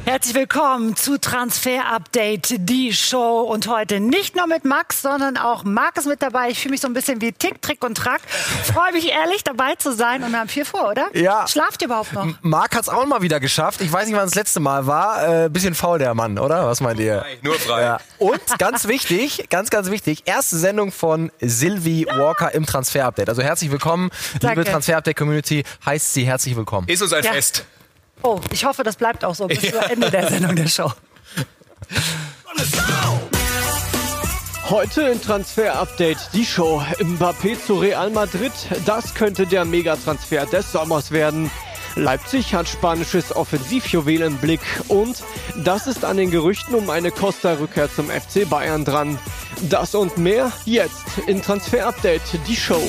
Herzlich willkommen zu Transfer Update, die Show. Und heute nicht nur mit Max, sondern auch Marc ist mit dabei. Ich fühle mich so ein bisschen wie Tick, Trick und Track. Freue mich ehrlich, dabei zu sein. Und wir haben 4 vor, oder? Ja. Schlaft ihr überhaupt noch? Marc hat es auch mal wieder geschafft. Ich weiß nicht, wann das letzte Mal war. Bisschen faul, der Mann, oder? Was meint ihr? Nur frei. Ja. Und ganz wichtig, ganz wichtig, erste Sendung von Sylvie Walker im Transfer Update. Also herzlich willkommen, liebe Transfer Update Community. Heißt sie herzlich willkommen. Ist uns ein Fest. Oh, ich hoffe, das bleibt auch so bis zum Ende der Sendung der Show. Heute in Transfer Update die Show. Mbappé zu Real Madrid, das könnte der Megatransfer des Sommers werden. Leipzig hat spanisches Offensivjuwel im Blick und das ist an den Gerüchten um eine Costa-Rückkehr zum FC Bayern dran. Das und mehr jetzt in Transfer Update die Show.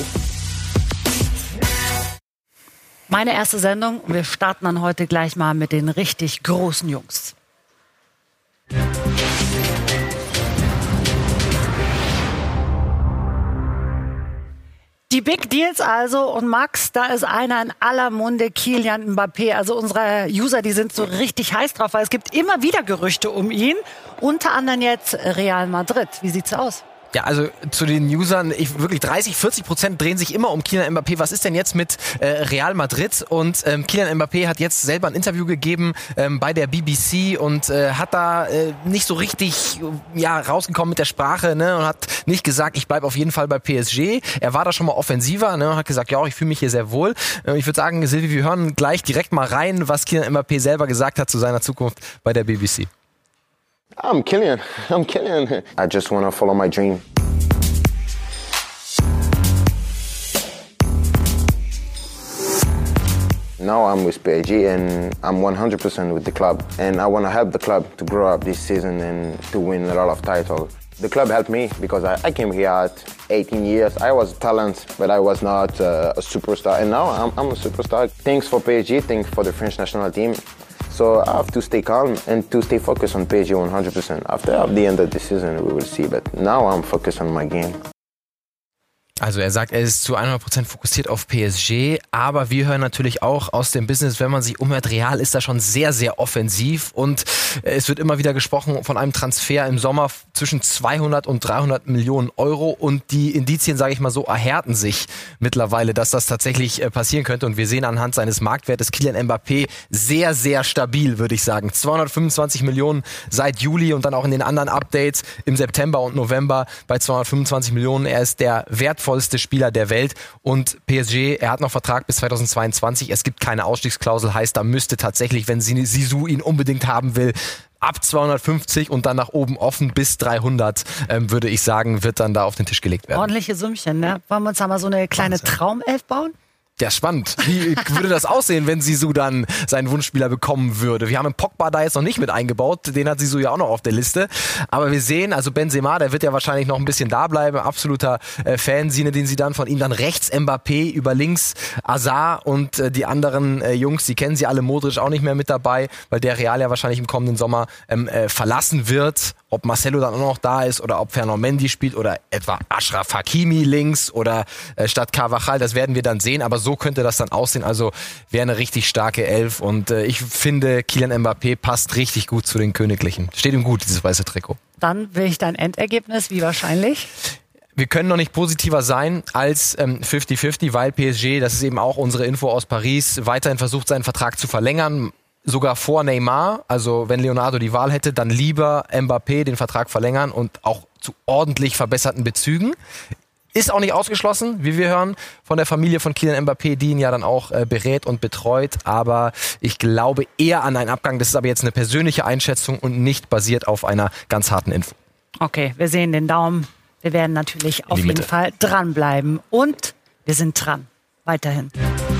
Meine erste Sendung und wir starten dann heute gleich mal mit den richtig großen Jungs. Die Big Deals also und Max, da ist einer in aller Munde, Kylian Mbappé. Also unsere User, die sind so richtig heiß drauf, weil es gibt immer wieder Gerüchte um ihn. Unter anderem jetzt Real Madrid. Wie sieht's aus? Ja, also zu den Usern, wirklich 30-40% drehen sich immer um Kylian Mbappé. Was ist denn jetzt mit Real Madrid? Und Kylian Mbappé hat jetzt selber ein Interview gegeben bei der BBC und hat da nicht so richtig rausgekommen mit der Sprache, ne, und hat nicht gesagt, ich bleibe auf jeden Fall bei PSG. Er war da schon mal offensiver, ne, und hat gesagt, ja, ich fühle mich hier sehr wohl. Ich würde sagen, Silvi, wir hören gleich direkt mal rein, was Kylian Mbappé selber gesagt hat zu seiner Zukunft bei der BBC. I'm Kylian. I just want to follow my dream. Now I'm with PSG and I'm 100% with the club. And I want to help the club to grow up this season and to win a lot of titles. The club helped me because I came here at 18 years. I was a talent, but I was not a superstar. And now I'm a superstar. Thanks for PSG, thanks for the French national team. So I have to stay calm and to stay focused on PSG 100%. After the end of the season, we will see. But now I'm focused on my game. Also er sagt, er ist zu 100% fokussiert auf PSG, aber wir hören natürlich auch aus dem Business, wenn man sich umhört, Real ist da schon sehr, sehr offensiv und es wird immer wieder gesprochen von einem Transfer im Sommer zwischen 200 und 300 Millionen Euro und die Indizien, sage ich mal so, erhärten sich mittlerweile, dass das tatsächlich passieren könnte und wir sehen anhand seines Marktwertes Kylian Mbappé sehr, sehr stabil, würde ich sagen. 225 Millionen seit Juli und dann auch in den anderen Updates im September und November bei 225 Millionen. Er ist der wertvollste Spieler der Welt und PSG, er hat noch Vertrag bis 2022, es gibt keine Ausstiegsklausel, heißt, da müsste tatsächlich, wenn Zizou ihn unbedingt haben will, ab 250 und dann nach oben offen bis 300, würde ich sagen, wird dann da auf den Tisch gelegt werden. Ordentliche Sümmchen, ne? Wollen wir uns da mal so eine kleine Traumelf bauen? Ja, spannend. Wie würde das aussehen, wenn Zizou dann seinen Wunschspieler bekommen würde? Wir haben Pogba da jetzt noch nicht mit eingebaut, den hat Zizou ja auch noch auf der Liste. Aber wir sehen, also Benzema, der wird ja wahrscheinlich noch ein bisschen da bleiben, absoluter Fan, Zinedine Zidane, von ihm dann rechts Mbappé, über links Hazard und die anderen Jungs, die kennen sie alle, Modric auch nicht mehr mit dabei, weil der Real ja wahrscheinlich im kommenden Sommer verlassen wird. Ob Marcelo dann auch noch da ist oder ob Fernand Mendy spielt oder etwa Achraf Hakimi links oder statt Carvajal, das werden wir dann sehen, aber so könnte das dann aussehen, also wäre eine richtig starke Elf und ich finde, Kylian Mbappé passt richtig gut zu den Königlichen. Steht ihm gut, dieses weiße Trikot. Dann will ich dein Endergebnis, wie wahrscheinlich? Wir können noch nicht positiver sein als 50-50, weil PSG, das ist eben auch unsere Info aus Paris, weiterhin versucht, seinen Vertrag zu verlängern. Sogar vor Neymar, also wenn Leonardo die Wahl hätte, dann lieber Mbappé den Vertrag verlängern und auch zu ordentlich verbesserten Bezügen. Ist auch nicht ausgeschlossen, wie wir hören, von der Familie von Kylian Mbappé, die ihn ja dann auch berät und betreut. Aber ich glaube eher an einen Abgang. Das ist aber jetzt eine persönliche Einschätzung und nicht basiert auf einer ganz harten Info. Okay, wir sehen den Daumen. Wir werden natürlich auf jeden Fall dranbleiben. Und wir sind dran. Weiterhin.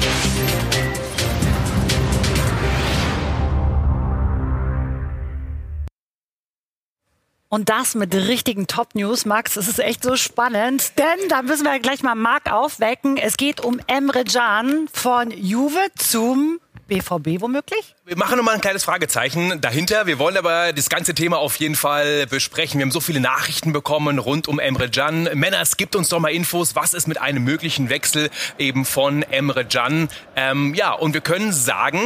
Und das mit richtigen Top-News, Max. Es ist echt so spannend, denn da müssen wir gleich mal Marc aufwecken. Es geht um Emre Can von Juve zum BVB womöglich? Wir machen nochmal ein kleines Fragezeichen dahinter. Wir wollen aber das ganze Thema auf jeden Fall besprechen. Wir haben so viele Nachrichten bekommen rund um Emre Can. Männers, gibt uns doch mal Infos, was ist mit einem möglichen Wechsel eben von Emre Can. Und wir können sagen,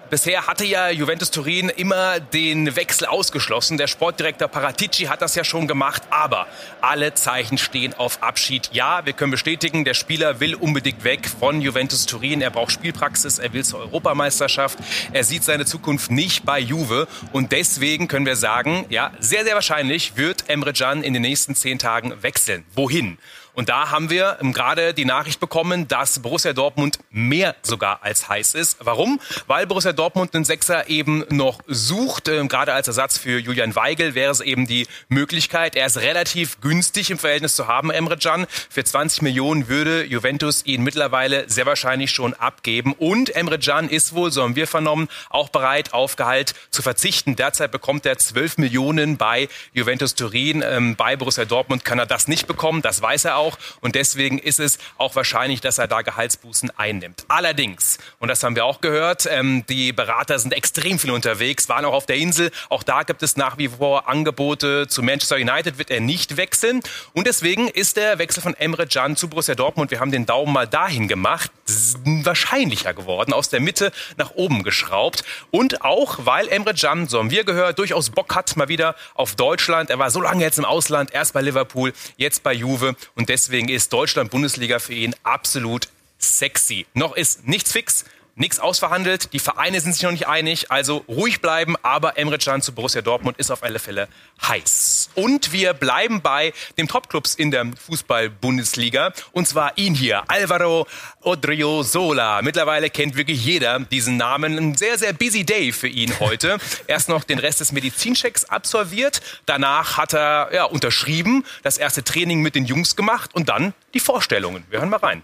Bisher hatte ja Juventus Turin immer den Wechsel ausgeschlossen. Der Sportdirektor Paratici hat das ja schon gemacht, aber alle Zeichen stehen auf Abschied. Ja, wir können bestätigen, der Spieler will unbedingt weg von Juventus Turin. Er braucht Spielpraxis, er will zur Europameisterschaft. Er sieht seine Zukunft nicht bei Juve und deswegen können wir sagen, ja, sehr, sehr wahrscheinlich wird Emre Can in den nächsten 10 Tagen wechseln. Wohin? Und da haben wir gerade die Nachricht bekommen, dass Borussia Dortmund mehr sogar als heiß ist. Warum? Weil Borussia Dortmund einen Sechser eben noch sucht. Gerade als Ersatz für Julian Weigl wäre es eben die Möglichkeit. Er ist relativ günstig im Verhältnis zu haben, Emre Can. Für 20 Millionen würde Juventus ihn mittlerweile sehr wahrscheinlich schon abgeben. Und Emre Can ist wohl, so haben wir vernommen, auch bereit, auf Gehalt zu verzichten. Derzeit bekommt er 12 Millionen bei Juventus Turin. Bei Borussia Dortmund kann er das nicht bekommen. Das weiß er auch. Und deswegen ist es auch wahrscheinlich, dass er da Gehaltsbußen einnimmt. Allerdings, und das haben wir auch gehört, die Berater sind extrem viel unterwegs, waren auch auf der Insel. Auch da gibt es nach wie vor Angebote. Zu Manchester United wird er nicht wechseln. Und deswegen ist der Wechsel von Emre Can zu Borussia Dortmund, wir haben den Daumen mal dahin gemacht, wahrscheinlicher geworden, aus der Mitte nach oben geschraubt. Und auch, weil Emre Can, so haben wir gehört, durchaus Bock hat mal wieder auf Deutschland. Er war so lange jetzt im Ausland, erst bei Liverpool, jetzt bei Juve. Und deswegen ist Deutschland-Bundesliga für ihn absolut sexy. Noch ist nichts fix, nichts ausverhandelt. Die Vereine sind sich noch nicht einig, also ruhig bleiben. Aber Emre Can zu Borussia Dortmund ist auf alle Fälle heiß. Und wir bleiben bei den Topclubs in der Fußball-Bundesliga. Und zwar ihn hier, Alvaro Odriozola. Mittlerweile kennt wirklich jeder diesen Namen. Ein sehr, sehr busy day für ihn heute. Erst noch den Rest des Medizinchecks absolviert. Danach hat er unterschrieben, das erste Training mit den Jungs gemacht und dann die Vorstellungen. Wir hören mal rein.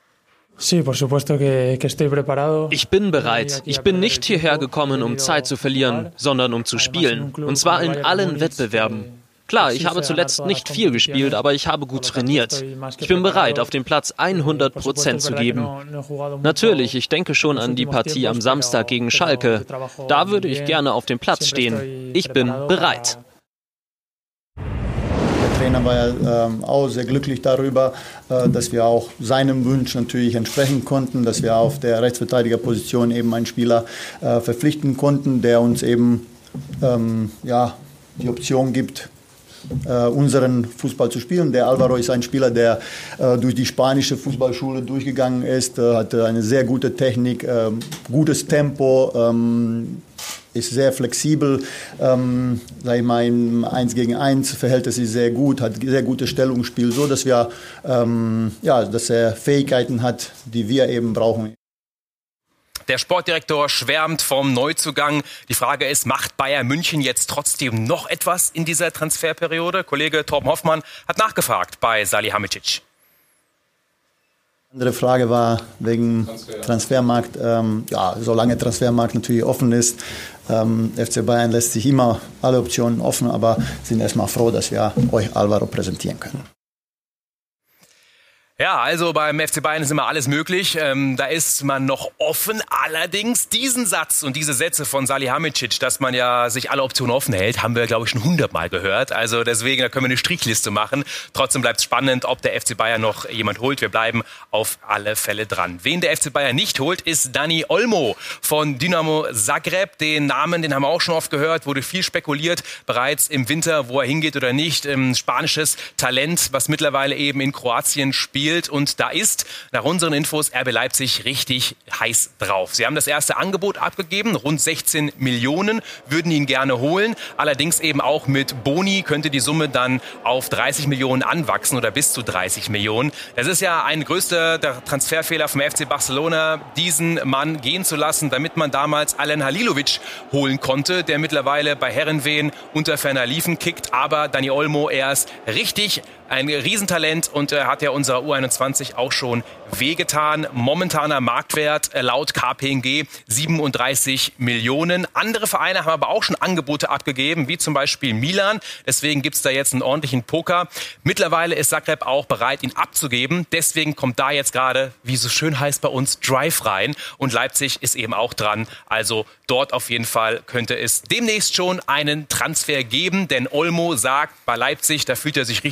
Ich bin bereit. Ich bin nicht hierher gekommen, um Zeit zu verlieren, sondern um zu spielen. Und zwar in allen Wettbewerben. Klar, ich habe zuletzt nicht viel gespielt, aber ich habe gut trainiert. Ich bin bereit, auf dem Platz 100% zu geben. Natürlich, ich denke schon an die Partie am Samstag gegen Schalke. Da würde ich gerne auf dem Platz stehen. Ich bin bereit. Der Trainer war ja auch sehr glücklich darüber, dass wir auch seinem Wunsch natürlich entsprechen konnten, dass wir auf der Rechtsverteidigerposition eben einen Spieler verpflichten konnten, der uns eben die Option gibt, unseren Fußball zu spielen. Der Alvaro ist ein Spieler, der durch die spanische Fußballschule durchgegangen ist, hat eine sehr gute Technik, gutes Tempo, ist sehr flexibel, sag ich mal, im 1 gegen 1 verhält er sich sehr gut, hat sehr gutes Stellungsspiel, so dass wir, dass er Fähigkeiten hat, die wir eben brauchen. Der Sportdirektor schwärmt vom Neuzugang. Die Frage ist, macht Bayern München jetzt trotzdem noch etwas in dieser Transferperiode? Kollege Torben Hoffmann hat nachgefragt bei Salihamidzic. Andere Frage war wegen Transfermarkt. Solange Transfermarkt natürlich offen ist, FC Bayern lässt sich immer alle Optionen offen, aber sind erstmal froh, dass wir euch Alvaro präsentieren können. Ja, also beim FC Bayern ist immer alles möglich. Da ist man noch offen. Allerdings diesen Satz und diese Sätze von Salihamidzic, dass man ja sich alle Optionen offen hält, haben wir, glaube ich, schon 100-mal gehört. Also deswegen, da können wir eine Strichliste machen. Trotzdem bleibt es spannend, ob der FC Bayern noch jemand holt. Wir bleiben auf alle Fälle dran. Wen der FC Bayern nicht holt, ist Dani Olmo von Dinamo Zagreb. Den Namen, den haben wir auch schon oft gehört, wurde viel spekuliert. Bereits im Winter, wo er hingeht oder nicht. Spanisches Talent, was mittlerweile eben in Kroatien spielt. Und da ist nach unseren Infos RB Leipzig richtig heiß drauf. Sie haben das erste Angebot abgegeben, rund 16 Millionen, würden ihn gerne holen. Allerdings eben auch mit Boni könnte die Summe dann auf 30 Millionen anwachsen oder bis zu 30 Millionen. Das ist ja ein größter Transferfehler vom FC Barcelona, diesen Mann gehen zu lassen, damit man damals Alen Halilovic holen konnte, der mittlerweile bei Herrenveen unter ferner Liefen kickt. Aber Dani Olmo, er ist richtig ein Riesentalent und hat ja unser U21 auch schon wehgetan. Momentaner Marktwert laut KPMG 37 Millionen. Andere Vereine haben aber auch schon Angebote abgegeben, wie zum Beispiel Milan. Deswegen gibt es da jetzt einen ordentlichen Poker. Mittlerweile ist Zagreb auch bereit, ihn abzugeben. Deswegen kommt da jetzt gerade, wie so schön heißt bei uns, Drive rein. Und Leipzig ist eben auch dran. Also dort auf jeden Fall könnte es demnächst schon einen Transfer geben. Denn Olmo sagt, bei Leipzig, da fühlt er sich richtig gut.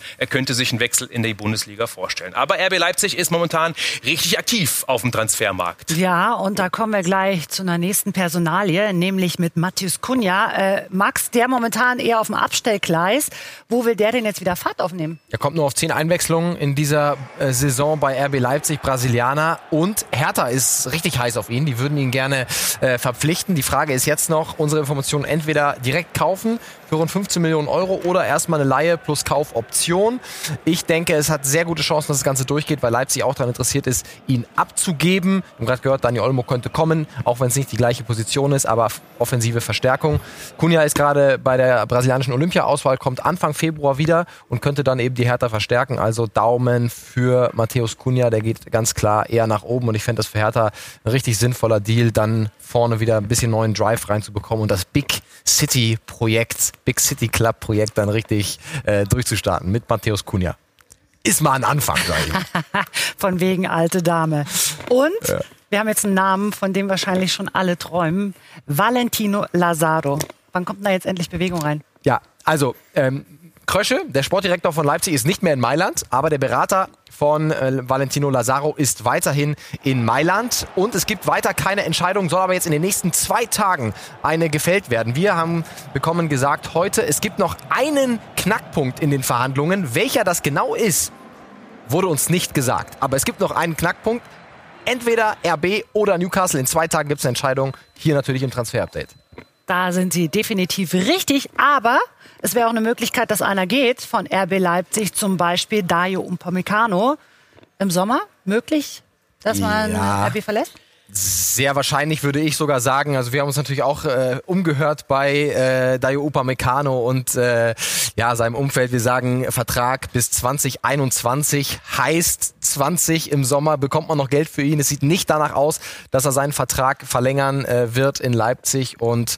er könnte sich einen Wechsel in die Bundesliga vorstellen. Aber RB Leipzig ist momentan richtig aktiv auf dem Transfermarkt. Ja, und da kommen wir gleich zu einer nächsten Personalie, nämlich mit Matheus Cunha. Max, der momentan eher auf dem Abstellgleis. Wo will der denn jetzt wieder Fahrt aufnehmen? Er kommt nur auf 10 Einwechslungen in dieser Saison bei RB Leipzig, Brasilianer. Und Hertha ist richtig heiß auf ihn. Die würden ihn gerne verpflichten. Die Frage ist jetzt noch, unsere Informationen entweder direkt kaufen für rund 15 Millionen Euro oder erstmal eine Leihe plus Kaufoption. Ich denke, es hat sehr gute Chancen, dass das Ganze durchgeht, weil Leipzig auch daran interessiert ist, ihn abzugeben. Wir haben gerade gehört, Dani Olmo könnte kommen, auch wenn es nicht die gleiche Position ist, aber offensive Verstärkung. Cunha ist gerade bei der brasilianischen Olympia-Auswahl, kommt Anfang Februar wieder und könnte dann eben die Hertha verstärken. Also Daumen für Matheus Cunha, der geht ganz klar eher nach oben und ich fände das für Hertha ein richtig sinnvoller Deal, dann vorne wieder ein bisschen neuen Drive reinzubekommen und das Big City Club Projekt dann richtig durchzustarten mit Matheus Cunha. Ist mal ein Anfang, sag ich. Von wegen alte Dame. Und wir haben jetzt einen Namen, von dem wahrscheinlich schon alle träumen. Valentino Lazaro. Wann kommt da jetzt endlich Bewegung rein? Ja, also Krösche, der Sportdirektor von Leipzig, ist nicht mehr in Mailand, aber der Berater von Valentino Lazaro ist weiterhin in Mailand und es gibt weiter keine Entscheidung, soll aber jetzt in den nächsten 2 Tagen eine gefällt werden. Wir haben bekommen gesagt heute, es gibt noch einen Knackpunkt in den Verhandlungen. Welcher das genau ist, wurde uns nicht gesagt. Aber es gibt noch einen Knackpunkt. Entweder RB oder Newcastle. In 2 Tagen gibt es eine Entscheidung. Hier natürlich im Transfer-Update. Da sind Sie definitiv richtig, aber es wäre auch eine Möglichkeit, dass einer geht von RB Leipzig, zum Beispiel Dayo Upamecano. Im Sommer möglich, dass man RB verlässt? Sehr wahrscheinlich, würde ich sogar sagen. Also wir haben uns natürlich auch umgehört bei Dayo Upamecano und seinem Umfeld. Wir sagen Vertrag bis 2021, heißt 20 im Sommer bekommt man noch Geld für ihn. Es sieht nicht danach aus, dass er seinen Vertrag verlängern wird in Leipzig und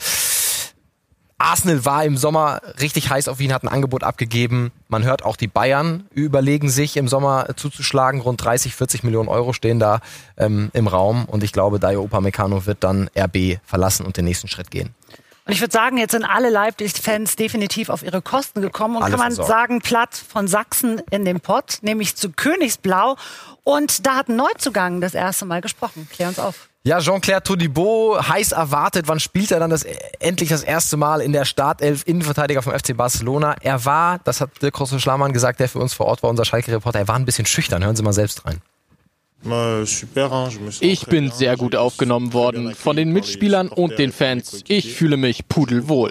Arsenal war im Sommer richtig heiß auf ihn, hat ein Angebot abgegeben. Man hört auch, die Bayern überlegen sich im Sommer zuzuschlagen. Rund 30, 40 Millionen Euro stehen da im Raum. Und ich glaube, Dayo Upamecano wird dann RB verlassen und den nächsten Schritt gehen. Und ich würde sagen, jetzt sind alle Leipzig-Fans definitiv auf ihre Kosten gekommen. Und Alle kann man versorgt. sagen, Platz von Sachsen in dem Pott, nämlich zu Königsblau. Und da hat ein Neuzugang das erste Mal gesprochen. Klär uns auf. Ja, Jean-Claire Todibo, heiß erwartet. Wann spielt er dann endlich das erste Mal in der Startelf? Innenverteidiger vom FC Barcelona. Er war, das hat Dirk Rosso-Schlamann gesagt, der für uns vor Ort war, unser Schalke-Reporter, er war ein bisschen schüchtern. Hören Sie mal selbst rein. Ich bin sehr gut aufgenommen worden von den Mitspielern und den Fans. Ich fühle mich pudelwohl.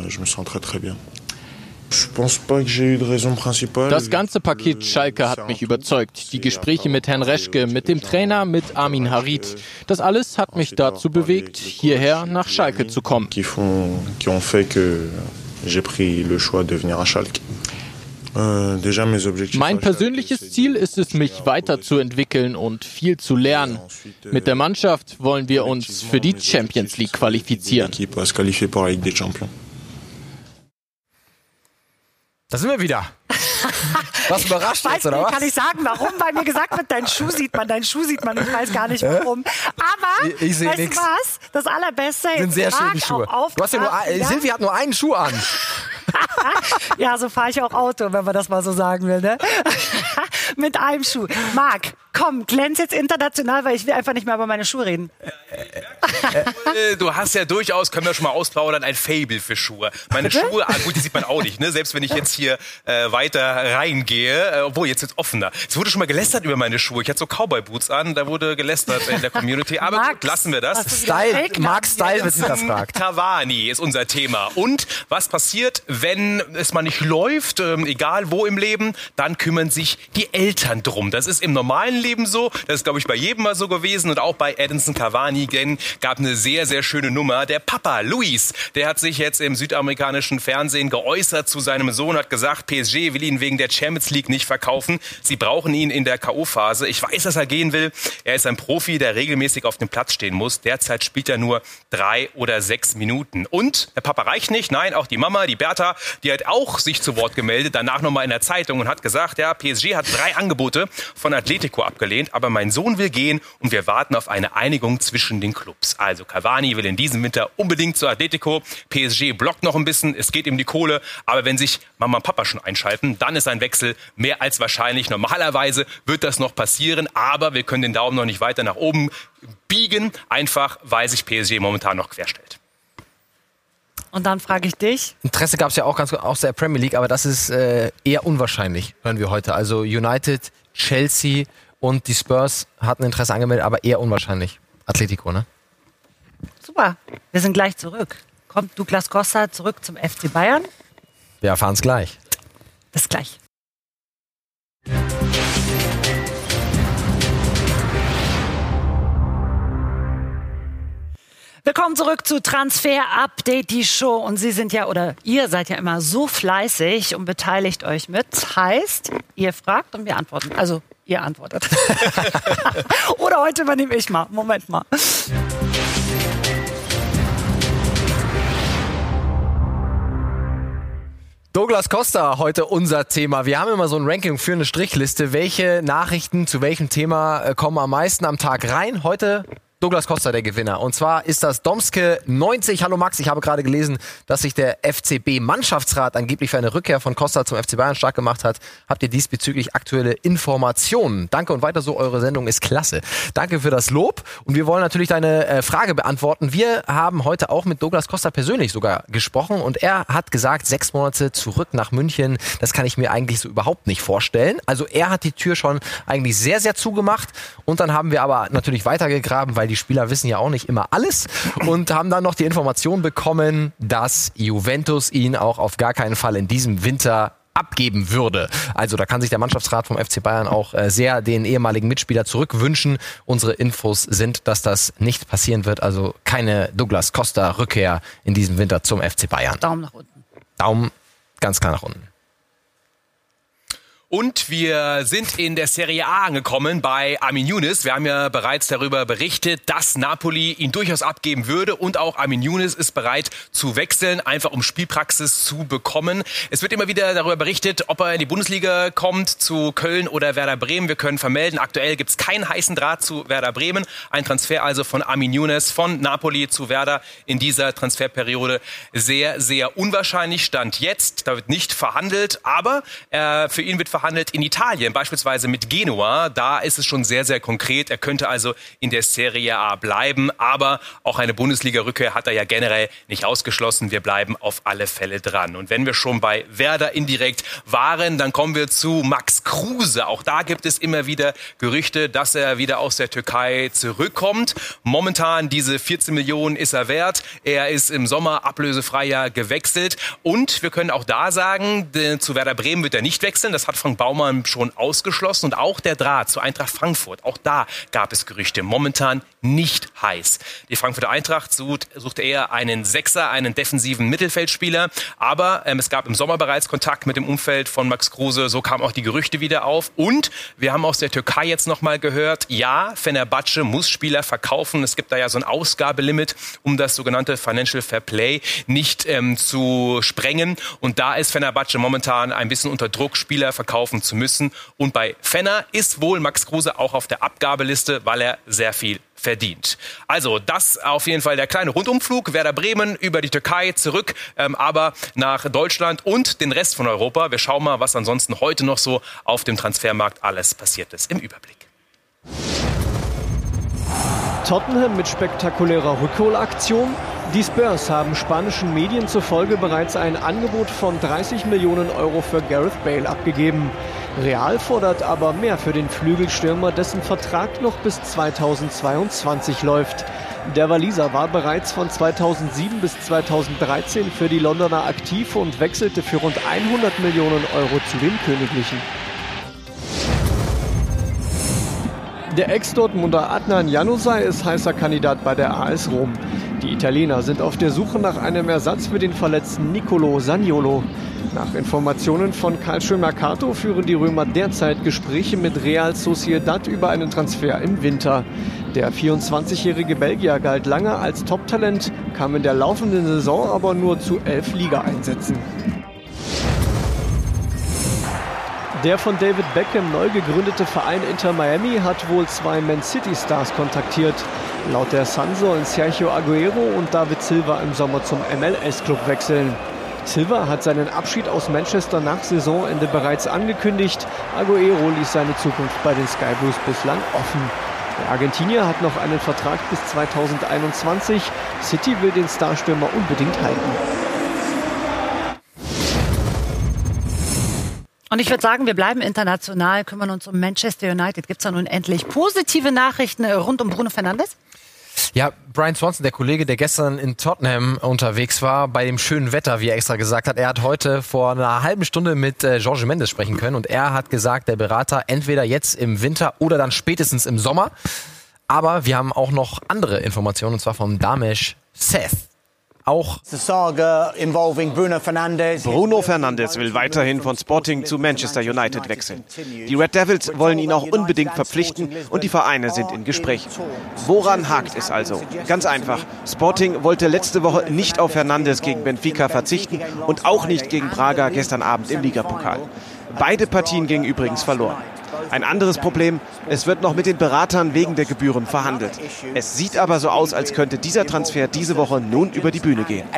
Das ganze Paket Schalke hat mich überzeugt. Die Gespräche mit Herrn Reschke, mit dem Trainer, mit Armin Harit. Das alles hat mich dazu bewegt, hierher nach Schalke zu kommen. Mein persönliches Ziel ist es, mich weiterzuentwickeln und viel zu lernen. Mit der Mannschaft wollen wir uns für die Champions League qualifizieren. Da sind wir wieder. Was überrascht jetzt, oder was? Kann ich sagen, warum? Weil mir gesagt wird, dein Schuh sieht man. Ich weiß gar nicht, warum. Aber, Ich sehe weißt du nix. was? Das Allerbeste, Sind sehr schöne Marc Schuhe. auch Du hast ja nur, aufgepasst, Silvi hat nur einen Schuh an. Ja, so fahre ich auch Auto, wenn man das mal so sagen will, ne? Mit einem Schuh. Marc, komm, glänz jetzt international, weil ich will einfach nicht mehr über meine Schuhe reden. Du hast ja durchaus, können wir schon mal ausplaudern, ein Faible für Schuhe. Meine Schuhe, gut, die sieht man auch nicht, ne? Selbst wenn ich jetzt hier weiter reingehe, obwohl jetzt wird's offener. Es wurde schon mal gelästert über meine Schuhe. Ich hatte so Cowboy-Boots an, da wurde gelästert in der Community. Aber Max, gut, lassen wir das. hast du wieder Style, Fake Marc Style wird hinterfragt. Cavani ist unser Thema. Und was passiert, wenn es mal nicht läuft, egal wo im Leben, dann kümmern sich die Eltern drum. Das ist im normalen Leben so. Das ist, glaube ich, bei jedem mal so gewesen und auch bei Edinson Cavani. Denn gab eine sehr, sehr schöne Nummer. Der Papa, Luis, der hat sich jetzt im südamerikanischen Fernsehen geäußert zu seinem Sohn, hat gesagt, PSG will ihn wegen der Champions League nicht verkaufen. Sie brauchen ihn in der K.O.-Phase. Ich weiß, dass er gehen will. Er ist ein Profi, der regelmäßig auf dem Platz stehen muss. Derzeit spielt er nur 3 oder 6 Minuten. Und der Papa reicht nicht. Nein, auch die Mama, die Bertha, die hat auch sich zu Wort gemeldet. Danach nochmal in der Zeitung und hat gesagt, ja, PSG hat 3 Angebote von Atletico abgelehnt. Aber mein Sohn will gehen und wir warten auf eine Einigung zwischen den Clubs. Clubs. Also Cavani will in diesem Winter unbedingt zu Atletico. PSG blockt noch ein bisschen, es geht ihm die Kohle. Aber wenn sich Mama und Papa schon einschalten, dann ist ein Wechsel mehr als wahrscheinlich. Normalerweise wird das noch passieren, aber wir können den Daumen noch nicht weiter nach oben biegen, einfach weil sich PSG momentan noch querstellt. Und dann frage ich dich. Interesse gab es ja auch ganz aus der Premier League, aber das ist eher unwahrscheinlich, hören wir heute. Also United, Chelsea und die Spurs hatten Interesse angemeldet, aber eher unwahrscheinlich. Atletico, ne? Super, wir sind gleich zurück. Kommt Douglas Costa zurück zum FC Bayern? Wir erfahren es gleich. Bis gleich. Willkommen zurück zu Transfer Update, die Show. Und Sie sind ja, oder ihr seid ja immer so fleißig und beteiligt euch mit. Heißt, ihr fragt und wir antworten. Also, ihr antwortet. Oder heute übernehme ich mal. Moment mal. Douglas Costa, heute unser Thema. Wir haben immer so ein Ranking für eine Strichliste. Welche Nachrichten zu welchem Thema kommen am meisten am Tag rein? Heute Douglas Costa, der Gewinner. Und zwar ist das Domske 90. Hallo Max, ich habe gerade gelesen, dass sich der FCB-Mannschaftsrat angeblich für eine Rückkehr von Costa zum FC Bayern stark gemacht hat. Habt ihr diesbezüglich aktuelle Informationen? Danke und weiter so, eure Sendung ist klasse. Danke für das Lob und wir wollen natürlich deine Frage beantworten. Wir haben heute auch mit Douglas Costa persönlich sogar gesprochen und er hat gesagt, 6 Monate zurück nach München, das kann ich mir eigentlich so überhaupt nicht vorstellen. Also er hat die Tür schon eigentlich sehr, sehr zugemacht und dann haben wir aber natürlich weitergegraben, weil die Spieler wissen ja auch nicht immer alles und haben dann noch die Information bekommen, dass Juventus ihn auch auf gar keinen Fall in diesem Winter abgeben würde. Also da kann sich der Mannschaftsrat vom FC Bayern auch sehr den ehemaligen Mitspieler zurückwünschen. Unsere Infos sind, dass das nicht passieren wird. Also keine Douglas Costa Rückkehr in diesem Winter zum FC Bayern. Daumen nach unten. Daumen ganz klar nach unten. Und wir sind in der Serie A angekommen bei Armin Younes. Wir haben ja bereits darüber berichtet, dass Napoli ihn durchaus abgeben würde. Und auch Armin Younes ist bereit zu wechseln, einfach um Spielpraxis zu bekommen. Es wird immer wieder darüber berichtet, ob er in die Bundesliga kommt, zu Köln oder Werder Bremen. Wir können vermelden, aktuell gibt es keinen heißen Draht zu Werder Bremen. Ein Transfer also von Armin Younes von Napoli zu Werder in dieser Transferperiode sehr, sehr unwahrscheinlich. Stand jetzt, da wird nicht verhandelt, aber für ihn wird verhandelt in Italien, beispielsweise mit Genua. Da ist es schon sehr, sehr konkret. Er könnte also in der Serie A bleiben, aber auch eine Bundesliga-Rückkehr hat er ja generell nicht ausgeschlossen. Wir bleiben auf alle Fälle dran. Und wenn wir schon bei Werder indirekt waren, dann kommen wir zu Max Kruse. Auch da gibt es immer wieder Gerüchte, dass er wieder aus der Türkei zurückkommt. Momentan diese 14 Millionen ist er wert. Er ist im Sommer ablösefrei ja gewechselt. Und wir können auch da sagen, zu Werder Bremen wird er nicht wechseln. Das hat Frank Baumann schon ausgeschlossen. Und auch der Draht zu Eintracht Frankfurt, auch da gab es Gerüchte. Momentan nicht heiß. Die Frankfurter Eintracht sucht eher einen Sechser, einen defensiven Mittelfeldspieler. Aber es gab im Sommer bereits Kontakt mit dem Umfeld von Max Kruse. So kamen auch die Gerüchte wieder auf. Und wir haben aus der Türkei jetzt nochmal gehört, ja, Fenerbahce muss Spieler verkaufen. Es gibt da ja so ein Ausgabelimit, um das sogenannte Financial Fair Play nicht zu sprengen. Und da ist Fenerbahce momentan ein bisschen unter Druck, Spieler verkaufen zu müssen. Und bei Fener ist wohl Max Kruse auch auf der Abgabeliste, weil er sehr viel verdient. Also das auf jeden Fall der kleine Rundumflug. Werder Bremen über die Türkei zurück, aber nach Deutschland und den Rest von Europa. Wir schauen mal, was ansonsten heute noch so auf dem Transfermarkt alles passiert ist im Überblick. Tottenham mit spektakulärer Rückholaktion. Die Spurs haben spanischen Medien zufolge bereits ein Angebot von 30 Millionen Euro für Gareth Bale abgegeben. Real fordert aber mehr für den Flügelstürmer, dessen Vertrag noch bis 2022 läuft. Der Waliser war bereits von 2007 bis 2013 für die Londoner aktiv und wechselte für rund 100 Millionen Euro zu den Königlichen. Der Ex-Dortmunder Adnan Januzaj ist heißer Kandidat bei der AS Rom. Die Italiener sind auf der Suche nach einem Ersatz für den verletzten Nicolo Zaniolo. Nach Informationen von Calcio Mercato führen die Römer derzeit Gespräche mit Real Sociedad über einen Transfer im Winter. Der 24-jährige Belgier galt lange als Top-Talent, kam in der laufenden Saison aber nur zu 11 Ligaeinsätzen. Der von David Beckham neu gegründete Verein Inter Miami hat wohl 2 Man City Stars kontaktiert. Laut der Sun sollen Sergio Aguero und David Silva im Sommer zum MLS-Club wechseln. Silva hat seinen Abschied aus Manchester nach Saisonende bereits angekündigt. Aguero ließ seine Zukunft bei den Sky Blues bislang offen. Der Argentinier hat noch einen Vertrag bis 2021. City will den Starstürmer unbedingt halten. Und ich würde sagen, wir bleiben international, kümmern uns um Manchester United. Gibt es da nun endlich positive Nachrichten rund um Bruno Fernandes? Ja, Brian Swanson, der Kollege, der gestern in Tottenham unterwegs war, bei dem schönen Wetter, wie er extra gesagt hat, er hat heute vor einer halben Stunde mit Jorge Mendes sprechen können und er hat gesagt, der Berater, entweder jetzt im Winter oder dann spätestens im Sommer. Aber wir haben auch noch andere Informationen, und zwar vom Damesh Seth. Auch Bruno Fernandes will weiterhin von Sporting zu Manchester United wechseln. Die Red Devils wollen ihn auch unbedingt verpflichten und die Vereine sind in Gesprächen. Woran hakt es also? Ganz einfach. Sporting wollte letzte Woche nicht auf Fernandes gegen Benfica verzichten und auch nicht gegen Braga gestern Abend im Ligapokal. Beide Partien gingen übrigens verloren. Ein anderes Problem, es wird noch mit den Beratern wegen der Gebühren verhandelt. Es sieht aber so aus, als könnte dieser Transfer diese Woche nun über die Bühne gehen.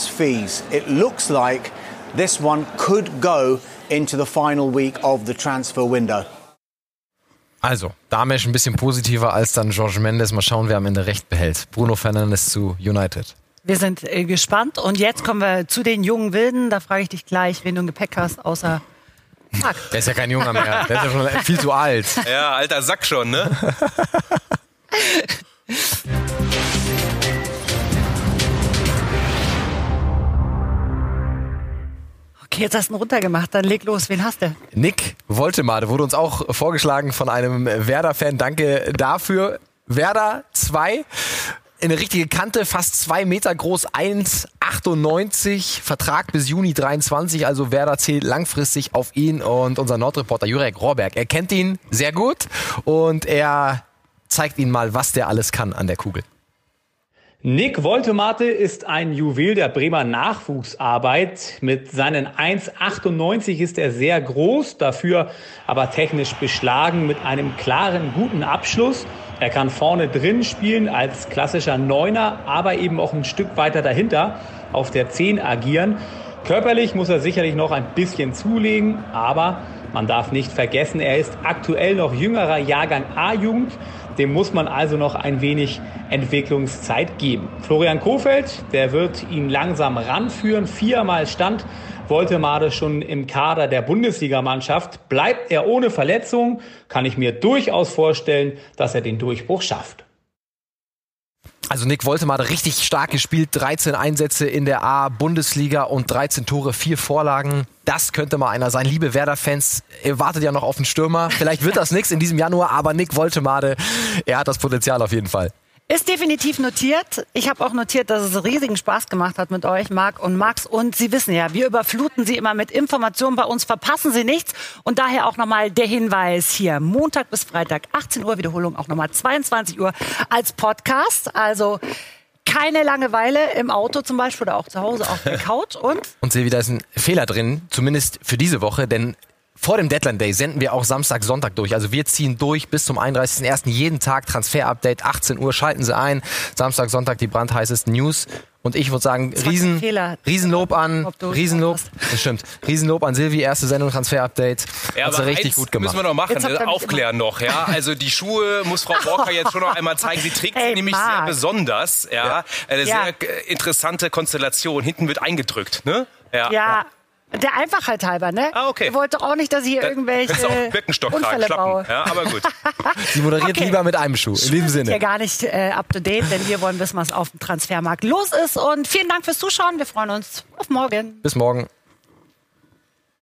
Also, Damesh ein bisschen positiver als dann Jorge Mendes. Mal schauen, wer am Ende recht behält. Bruno Fernandes zu United. Wir sind gespannt und jetzt kommen wir zu den jungen Wilden. Da frage ich dich gleich, wen du im Gepäck hast, außer Marc. Der ist ja kein Junger mehr, der ist ja schon viel zu alt. Ja, alter Sack schon, ne? Okay, jetzt hast du ihn runtergemacht, dann leg los. Wen hast du? Nick Woltemade wurde uns auch vorgeschlagen von einem Werder-Fan. Danke dafür. Werder 2. Eine richtige Kante, fast 2 Meter groß, 1,98, Vertrag bis Juni 23, also Werder zählt langfristig auf ihn und unser Nordreporter Jurek Rohrberg, er kennt ihn sehr gut und er zeigt Ihnen mal, was der alles kann an der Kugel. Nick Woltemade ist ein Juwel der Bremer Nachwuchsarbeit. Mit seinen 1,98 ist er sehr groß, dafür aber technisch beschlagen mit einem klaren, guten Abschluss. Er kann vorne drin spielen als klassischer Neuner, aber eben auch ein Stück weiter dahinter auf der 10 agieren. Körperlich muss er sicherlich noch ein bisschen zulegen, aber man darf nicht vergessen, er ist aktuell noch jüngerer Jahrgang A-Jugend. Dem muss man also noch ein wenig Entwicklungszeit geben. Florian Kohfeldt, der wird ihn langsam ranführen. 4-mal stand Woltemade schon im Kader der Bundesligamannschaft. Bleibt er ohne Verletzung, kann ich mir durchaus vorstellen, dass er den Durchbruch schafft. Also Nick Woltemade richtig stark gespielt, 13 Einsätze in der A-Bundesliga und 13 Tore, 4 Vorlagen. Das könnte mal einer sein. Liebe Werder-Fans, ihr wartet ja noch auf einen Stürmer. Vielleicht wird das nichts in diesem Januar, aber Nick Woltemade, er hat das Potenzial auf jeden Fall. Ist definitiv notiert. Ich habe auch notiert, dass es riesigen Spaß gemacht hat mit euch, Marc und Max. Und Sie wissen ja, wir überfluten Sie immer mit Informationen. Bei uns verpassen Sie nichts. Und daher auch nochmal der Hinweis hier. Montag bis Freitag, 18 Uhr, Wiederholung auch nochmal 22 Uhr als Podcast. Also keine Langeweile im Auto zum Beispiel oder auch zu Hause auf der Couch. Und Silvi, da ist ein Fehler drin, zumindest für diese Woche, denn vor dem Deadline Day senden wir auch Samstag, Sonntag durch. Also wir ziehen durch bis zum 31.01. jeden Tag Transfer-Update, 18 Uhr, schalten Sie ein. Samstag, Sonntag die brandheißesten News. Und ich würde sagen, Riesenlob an Silvi, erste Sendung Transfer-Update. Ja, hat sie richtig gut gemacht. Müssen wir noch machen, aufklären noch. Ja? Also die Schuhe muss Frau Walker jetzt schon noch einmal zeigen. Sie trägt sie nämlich sehr besonders. Ja? Eine sehr interessante Konstellation. Hinten wird eingedrückt. Ne? Ja. Der Einfachheit halber, ne? Ah, okay. Ich wollte auch nicht, dass ich hier irgendwelche Unfälle baue. Ja, aber gut. Sie moderiert lieber mit einem Schuh, in diesem Sinne. Ich bin ja gar nicht up to date, denn wir wollen wissen, was auf dem Transfermarkt los ist. Und vielen Dank fürs Zuschauen. Wir freuen uns auf morgen. Bis morgen.